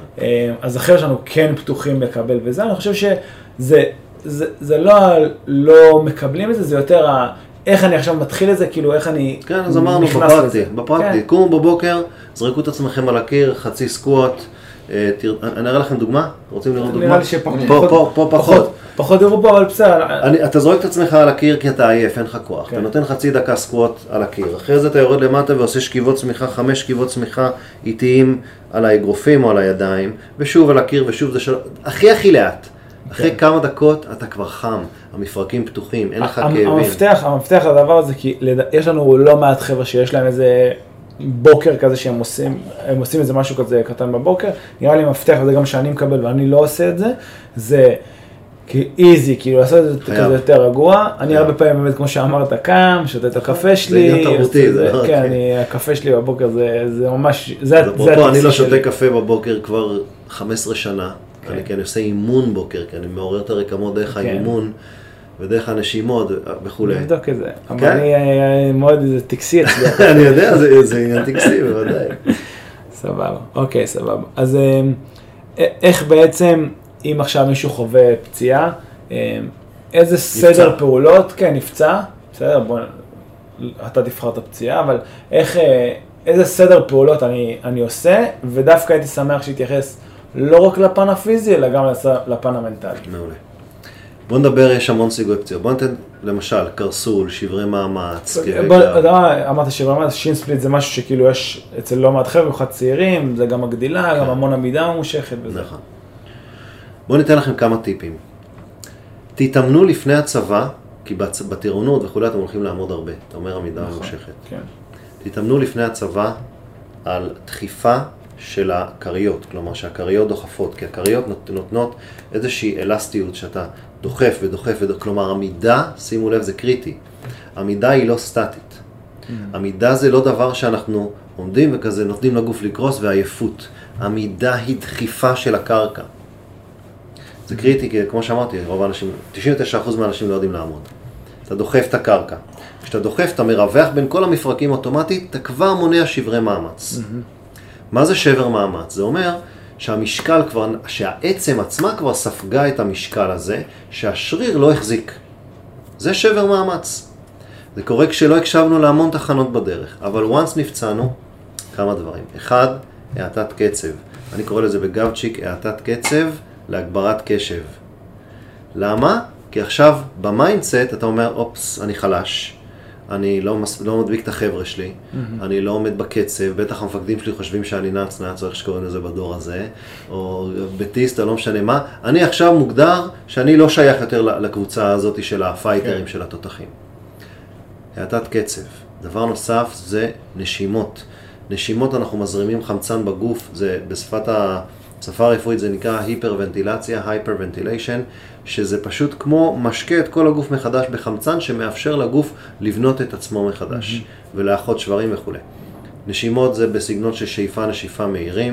Speaker 1: אז אחרי שלנו כן פתוחים לקבל וזה, אני חושב שזה לא מקבלים את זה, זה יותר איך אני עכשיו מתחיל את זה, כאילו איך אני נכנס לזה.
Speaker 2: כן, אז אמרנו בפרקטי, קומו בבוקר, זרקו את עצמכם על הקיר, חצי סקווט, אני אראה לכם דוגמה? רוצים לראות דוגמה?
Speaker 1: נראה לי
Speaker 2: שפחות.
Speaker 1: פחות יראו פה, אבל בסדר.
Speaker 2: אתה זורק את עצמך על הקיר כי אתה עייף, אין לך כוח. אתה נותן חצי דקה סקווט על הקיר. אחרי זה אתה יורד למטה ועושה שכיבות צמיחה, 5 שכיבות צמיחה איטיים על האגרופים או על הידיים, ושוב על הקיר ושוב זה הכי לאט. אחרי כמה דקות אתה כבר חם, המפרקים פתוחים, אין לך כאבים.
Speaker 1: המפתח לדבר הזה, כי יש לנו לא מעט חבר'ה שיש להם איזה בוקר כזה שהם עושים איזה משהו כזה קטן בבוקר, נראה לי מפתח, וזה גם שאני מקבל ואני לא עושה את זה, זה איזי, כאילו לעשות את זה כזה יותר רגוע. אני הרבה פעמים באמת, כמו שאמרת, קם, שותה את הקפה שלי.
Speaker 2: זה עניין תרבותי, זה לא...
Speaker 1: כן, הקפה שלי בבוקר זה ממש, זה הטקסי שלי.
Speaker 2: אני לא שותה קפה בבוקר כבר 15 שנה, כי אני עושה אימון בוקר, כי אני מעורר את הרקמות דרך האימון, ודרך הנשימות וכו'.
Speaker 1: נבדוק את זה. אבל אני מאוד טקסי אצלי.
Speaker 2: אני יודע, זה עניין טקסי, בוודאי.
Speaker 1: סבבה, אוקיי, סבבה. אז איך בעצם, אם עכשיו מישהו חווה פציעה, איזה סדר פעולות, כן, נפצע, בסדר, בוא, אתה תבחר את הפציעה, אבל איזה סדר פעולות אני עושה, ודווקא הייתי שמח שיתייחס לא רק לפן הפיזי, אלא גם לפן המנטלי.
Speaker 2: מעולה. בוא נדבר, יש המון סיגוי פציעות. בוא ניתן, למשל, קרסול, שברי מאמץ,
Speaker 1: אמרת שברי מאמץ, שין ספליט זה משהו שכאילו יש אצל לא מעט חבר'ה, במיוחד צעירים, זה גם הגדילה, גם המון עמידה ממושכת וזה.
Speaker 2: נכון. בוא ניתן לכם כמה טיפים. תתאמנו לפני הצבא, כי בטירונות וכולי אתם הולכים לעמוד הרבה. אתה אומר עמידה ממושכת.
Speaker 1: כן.
Speaker 2: תתאמנו לפני הצבא על דחיפה של הקריות, כלומר שהקריות דוחפות, כי הקריות נותנות איזושהי אלסטיות שאתה דוחף ודוחף ודוחף, כלומר עמידה, שימו לב, זה קריטי, עמידה היא לא סטטית, עמידה זה לא דבר שאנחנו עומדים וכזה נותנים לגוף לקרוס ועייפות, עמידה היא דחיפה של הקרקע, זה קריטי, כי כמו שאמרתי, רוב האנשים, 99% מהאנשים לא יודעים לעמוד, אתה דוחף את הקרקע, כשאתה דוחף אתה מרווח בין כל המפרקים אוטומטית, אתה כבר מונע שברי מאמץ. מה זה שבר מאמץ? זה אומר שהמשקל כבר, שהעצם עצמה כבר ספגה את המשקל הזה, שהשריר לא החזיק. זה שבר מאמץ. זה קורה כשלא הקשבנו להמון תחנות בדרך, אבל once נפצענו, כמה דברים. אחד, האטת קצב. אני קורא לזה בגבצ'יק, האטת קצב להגברת קשב. למה? כי עכשיו במיינדסט אתה אומר, אופס, אני חלש. אני לא מדביק את החבר'ה שלי, אני לא עומד בקצב, בטח המפקדים שלי חושבים שאני נץ, איך שקוראים לזה בדור הזה, או בטיסט, או לא משנה מה, אני עכשיו מוגדר שאני לא שייך יותר לקבוצה הזאת של הפייטרים, של התותחים. האטת קצב. דבר נוסף זה נשימות. נשימות אנחנו מזרימים חמצן בגוף, זה בשפה הרפואית זה נקרא היפרוונטילציה, hyperventilation, שזה פשוט כמו משקה את כל הגוף מחדש בחמצן שמאפשר לגוף לבנות את עצמו מחדש ולאחות שברים וכו'. נשימות זה בסגנון של שאיפה נשיפה מהירים.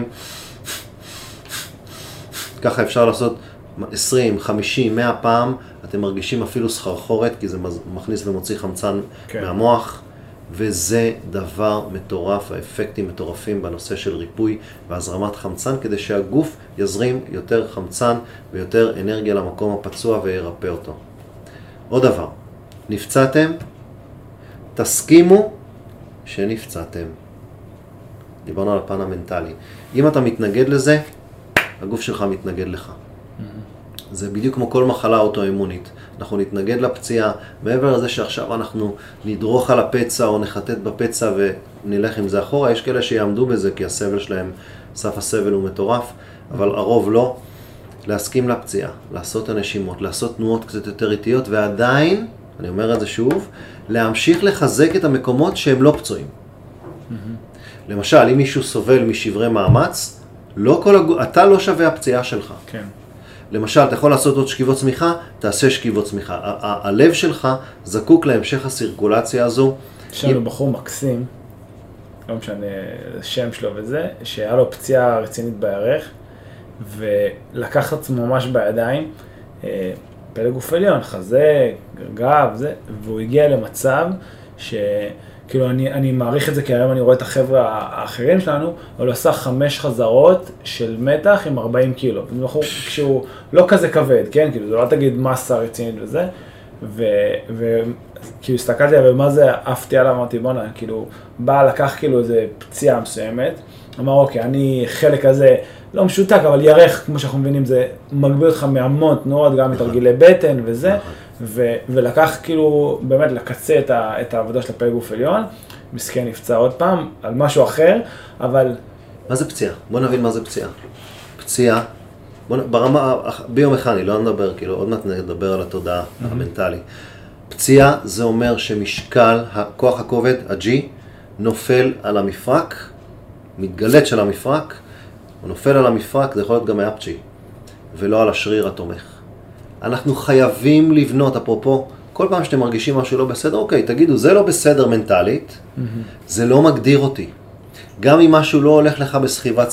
Speaker 2: ככה אפשר לעשות 20, 50, 100 פעם, אתם מרגישים אפילו סחרחורת כי זה מכניס ומוציא חמצן מהמוח. וזה דבר מטורף, האפקטים מטורפים בנושא של ריפוי והזרמת חמצן, כדי שהגוף יזרים יותר חמצן ויותר אנרגיה למקום הפצוע וירפא אותו. עוד דבר, נפצעתם, תסכימו שנפצעתם. דיברנו על הפן המנטלי. אם אתה מתנגד לזה, הגוף שלך מתנגד לך. זה בדיוק כמו כל מחלה אוטואימונית. אנחנו נתנגד לפציעה, מעבר לזה שעכשיו אנחנו נדרוך על הפצע או נחטט בפצע ונלך עם זה אחורה, יש כאלה שיעמדו בזה כי הסבל שלהם, סף הסבל הוא מטורף, אבל הרוב לא. להסכים לפציעה, לעשות הנשימות, לעשות תנועות קצת יותר איטיות, ועדיין, אני אומר את זה שוב, להמשיך לחזק את המקומות שהם לא פצועים. למשל, אם מישהו סובל משברי מאמץ, אתה לא שווה הפציעה שלך.
Speaker 1: כן.
Speaker 2: למשל, אתה יכול לעשות עוד שכיבות צמיחה, תעשה שכיבות צמיחה. הלב שלך זקוק להמשך הסירקולציה הזו.
Speaker 1: יש לנו בחור מקסים, לא משנה שם שלו וזה, שהיה לו פציעה רצינית בירך, ולקח את עצמו ממש בידיים, פלג גוף עליון, חזה, גב, זה, והוא הגיע למצב כאילו אני מעריך את זה כי היום אני רואה את החבר'ה האחרים שלנו, אבל הוא עשה 5 חזרות של מתח עם 40 קילו. כשהוא לא כזה כבד, כן? כאילו, זה לא תגיד מסה רצינית וזה. וכאילו הסתכלתי עליו, ומה זה עפתי עליו, אמרתי, בונה, כאילו, בא לקח כאילו איזה פציעה מסוימת. אמר, אוקיי, אני חלק הזה לא משותק, אבל ירך, כמו שאנחנו מבינים, זה מגביר אותך מהמון תנועות, גם מתרגילי בטן וזה. ולקח כאילו באמת לקצה את העבודה של הפלג גוף עליון, מסכן נפצע עוד פעם על משהו אחר, אבל...
Speaker 2: מה זה פציעה? בוא נבין מה זה פציעה. פציעה, ברמה ביומכני, לא נדבר, כאילו עוד מעט נדבר על התודעה המנטלי. פציעה זה אומר שמשקל, כוח הכובד, ה-G, נופל על המפרק, מתגלת של המפרק, הוא נופל על המפרק, זה יכול להיות גם מאפצ'י, ולא על השריר התומך. אנחנו חייבים לבנות, אפרופו, כל פעם שאתם מרגישים משהו לא בסדר, אוקיי, תגידו, זה לא בסדר מנטלית, זה לא מגדיר אותי. גם אם משהו לא הולך לך בסחיבת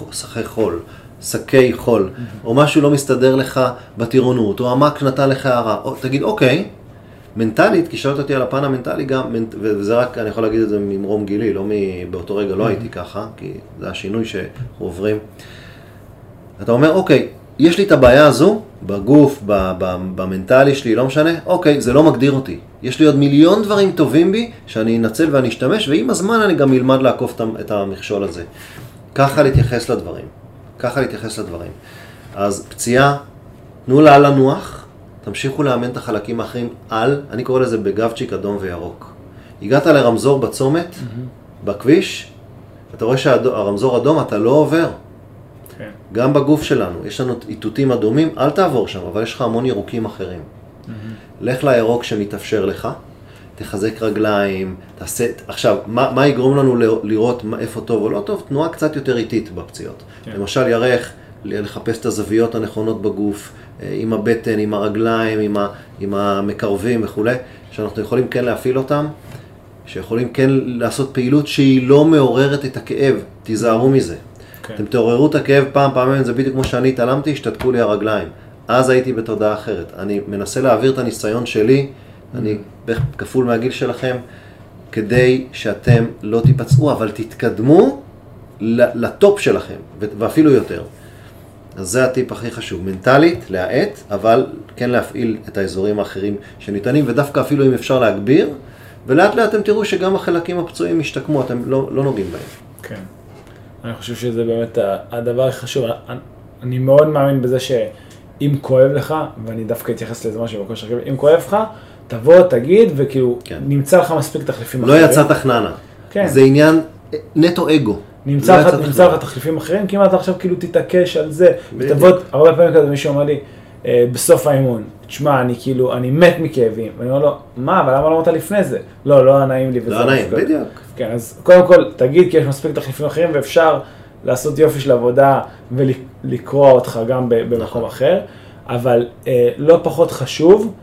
Speaker 2: שקי חול, או משהו לא מסתדר לך בטירונות, או המק נתן לך הערה, תגיד, אוקיי, מנטלית, כי שאלת אותי על הפן המנטלי גם, וזה רק, אני יכול להגיד את זה ממרום גילי, לא באותו רגע לא הייתי ככה, כי זה השינוי שאנחנו עוברים. אתה אומר, אוקיי, יש לי את הבעיה הזו, בגוף, במנטלי שלי, לא משנה, אוקיי, זה לא מגדיר אותי. יש לי עוד מיליון דברים טובים בי, שאני אנצל ואני אשתמש, ועם הזמן אני גם אלמד לעקוף את המכשול הזה. ככה להתייחס לדברים. ככה להתייחס לדברים. אז פציעה, תנו לה לנוח, תמשיכו לאמן את החלקים האחרים על, אני קורא לזה בגבצ'יק אדום וירוק. הגעת לרמזור בצומת, בכביש, אתה רואה שהרמזור אדום, אתה לא עובר.
Speaker 1: כן.
Speaker 2: גם בגוף שלנו, יש לנו איתותים אדומים, אל תעבור שם, אבל יש לך המון ירוקים אחרים. לך לירוק שמתאפשר לך, תחזק רגליים, תעשה... עכשיו, מה יגרום לנו לראות איפה טוב או לא טוב? תנועה קצת יותר איטית בפציעות. כן. למשל, ירך, לחפש את הזוויות הנכונות בגוף, עם הבטן, עם הרגליים, עם המקרבים וכו', שאנחנו יכולים כן להפעיל אותם, שיכולים כן לעשות פעילות שהיא לא מעוררת את הכאב, תיזהרו מזה. כן. אתם תעוררו את הכאב פעמים, זה בדיוק כמו שאני התעלמתי, השתתקו לי הרגליים. אז הייתי בתודעה אחרת. אני מנסה להעביר את הניסיון שלי, אני כפול מהגיל שלכם, כדי שאתם לא תיפצעו, אבל תתקדמו לטופ שלכם, ואפילו יותר. אז זה הטיפ הכי חשוב, מנטלית, להאט, אבל כן להפעיל את האזורים האחרים שניתנים, ודווקא אפילו אם אפשר להגביר, ולאט לאט אתם תראו שגם החלקים הפצועים משתקמו, אתם לא נוגעים בהם.
Speaker 1: כן. אני חושב שזה באמת הדבר הכי חשוב. אני מאוד מאמין בזה שאם כואב לך, ואני דווקא אתייחס לזה משהו בקושר, אם כואב לך, תבוא, תגיד, וכאילו נמצא לך מספיק תחליפים אחרים.
Speaker 2: לא יצא תחננה. כן. זה עניין נטו אגו.
Speaker 1: נמצא לך תחליפים אחרים, כי אם אתה עכשיו כאילו תתעקש על זה, ותבוא, הרבה פעמים כזה מישהו אומר לי, בסוף האימון, תשמע, אני מת מכאבים, ואני אומר לו, מה, אבל למה לא אמרת לפני זה? לא נעים לי.
Speaker 2: לא נעים, בדיוק.
Speaker 1: כן, אז קודם כל, תגיד, כי יש מספיק תחליפים אחרים, ואפשר לעשות יופי של עבודה, ולקרוא אותך גם במקום אחר, אבל לא פחות חשוב,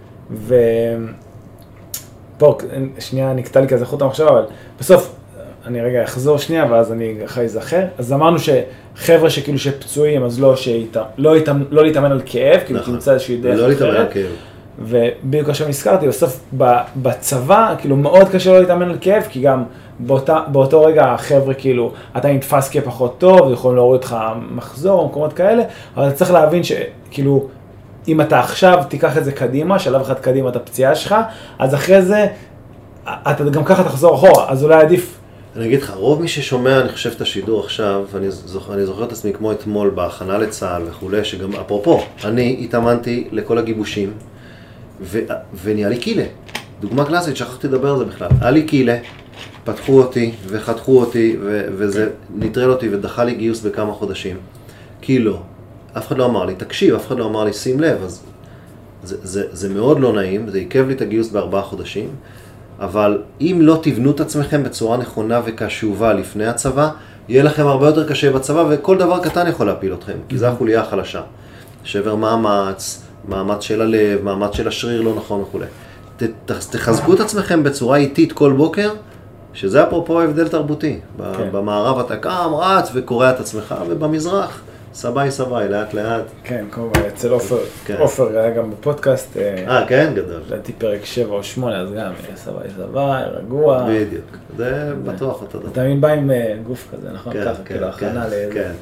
Speaker 1: פה, שנייה, נקטע לי כזה חוט המחשבה, אבל בסוף, אני רגע אחזור שנייה, ואז אני אחרי זכר. אז אמרנו שחבר'ה שכאילו שפצועים, אז לא להתאמן על כאב, כאילו תמצא איזושהי דרך אחרת.
Speaker 2: לא להתאמן על כאב.
Speaker 1: ובדיוק עכשיו נזכרתי, בסוף בצבא, כאילו מאוד קשה לא להתאמן על כאב, כי גם באותו רגע החבר'ה כאילו, אתה נתפס כפחות טוב, יכולים להוריד אותך מחזור או מקומות כאלה, אבל אתה צריך להבין שכאילו, אם אתה עכשיו תיקח את זה קדימה, שלב אחד קדימה את הפציעה שלך, אז אחרי זה, אתה גם ככה תחזור אחורה, אז אולי עדיף.
Speaker 2: אני אגיד לך, רוב מי ששומע, אני חושב את השידור עכשיו, אני זוכר את עצמי כמו אתמול בהכנה לצה"ל וכו', שגם אפרופו, אני התאמנתי לכל הגיבושים, ונהיה לי קילה. דוגמה קלאסית, שכחתי לדבר על זה בכלל. היה לי קילה, פתחו אותי וחתכו אותי, וזה נטרל אותי ודחה לי גיוס בכמה חודשים. קילו. אף אחד לא אמר לי, תקשיב, אף אחד לא אמר לי, שים לב, אז זה מאוד לא נעים, זה עיכב לי את הגיוס ב4 חודשים, אבל אם לא תבנו את עצמכם בצורה נכונה וקשובה לפני הצבא, יהיה לכם הרבה יותר קשה בצבא, וכל דבר קטן יכול להפיל אתכם, כי זה החוליה החלשה. שבר מאמץ, מאמץ של הלב, מאמץ של השריר לא נכון וכו'. תחזקו את עצמכם בצורה איטית כל בוקר, שזה אפרופו הבדל תרבותי. במערב אתה קם, רץ וקורא את עצמך, ובמזרח, סביי, לאט לאט.
Speaker 1: כן, כמובן, אצל אופר היה גם בפודקאסט.
Speaker 2: כן, גדול.
Speaker 1: לדעתי פרק 7 או 8, אז גם סביי, רגוע.
Speaker 2: בדיוק, זה בטוח אותו דבר.
Speaker 1: אתה תמיד בא עם גוף כזה, נכון? ככה, כאילו, הכנה לאיזה.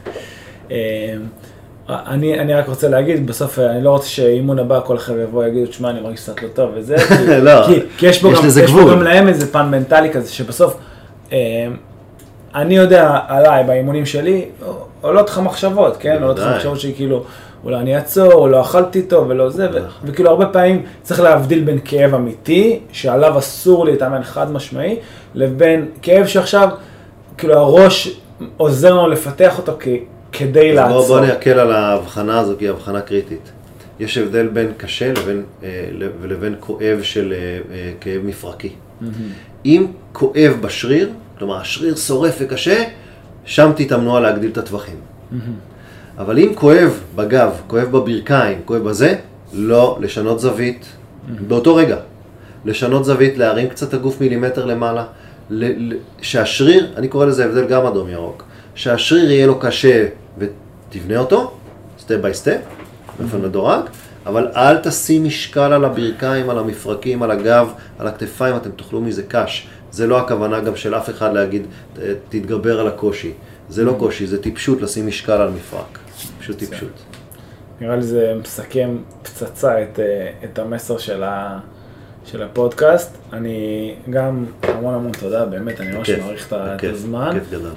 Speaker 1: אני רק רוצה להגיד, בסוף אני לא רוצה שאימון הבא כל אחד יבוא יגידו, תשמע, אני מרגיש קצת לא טוב וזה, כי יש פה גם להם איזה פן מנטלי כזה, שבסוף אני יודע עליי, באימונים שלי, עולות לך מחשבות, כן? עולות לך מחשבות שכאילו, אולי אני אעצור, או לא אכלתי טוב ולא זה, וכאילו הרבה פעמים צריך להבדיל בין כאב אמיתי, שעליו אסור להתאמן חד משמעי, לבין כאב שעכשיו, כאילו הראש עוזר לנו לפתח אותו כדי לעצור.
Speaker 2: בוא נעכל על ההבחנה הזו, כי היא הבחנה קריטית. יש הבדל בין קשה לבין כואב של כאב מפרקי. אם כואב בשריר, כלומר השריר שורף וקשה, שם תתאמנו על להגדיל את הטווחים. אבל אם כואב בגב, כואב בברכיים, כואב בזה, לא, לשנות זווית, באותו רגע. לשנות זווית, להרים קצת הגוף מילימטר למעלה, שהשריר, אני קורא לזה הבדל גם אדום ירוק, שהשריר יהיה לו קשה ותבנה אותו, סטפ ביי סטפ, באופן מדורג, אבל אל תשים משקל על הברכיים, על המפרקים, על הגב, על הכתפיים, אתם תאכלו מזה קש. זה לא הכוונה גם של אף אחד להגיד, תתגבר על הקושי. זה לא קושי, זה טיפשות לשים משקל על מפרק. פשוט טיפשות.
Speaker 1: נראה לי זה מסכם פצצה את המסר של הפודקאסט. אני גם המון תודה, באמת, אני ממש מעריך את הזמן.
Speaker 2: כיף גדול.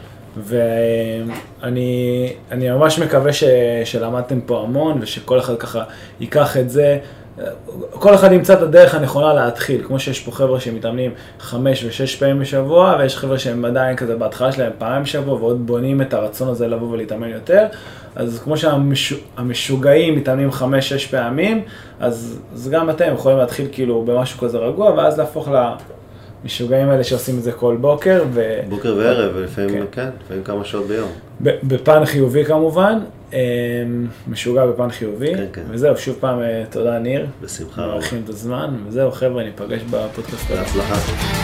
Speaker 1: ואני ממש מקווה שלמדתם פה המון, ושכל אחד ככה ייקח את זה. כל אחד ימצא את הדרך הנכונה להתחיל, כמו שיש פה חבר'ה שמתאמנים 5 ו6 פעמים בשבוע, ויש חבר'ה שהם עדיין כזה בהתחלה שלהם פעם בשבוע, ועוד בונים את הרצון הזה לבוא ולהתאמן יותר. אז כמו שהמשוגעים מתאמנים 5-6 פעמים, אז גם אתם יכולים להתחיל כאילו במשהו כזה רגוע, ואז להפוך המשוגעים האלה שעושים את זה כל בוקר.
Speaker 2: בוקר וערב, ולפעמים, כן, לפעמים כמה שעות ביום.
Speaker 1: בפן חיובי כמובן, משוגע בפן חיובי.
Speaker 2: כן, כן.
Speaker 1: וזהו, שוב פעם, תודה ניר.
Speaker 2: בשמחה רבה.
Speaker 1: מעריכים את הזמן, וזהו חבר'ה, ניפגש בפודקאסט.
Speaker 2: בהצלחה.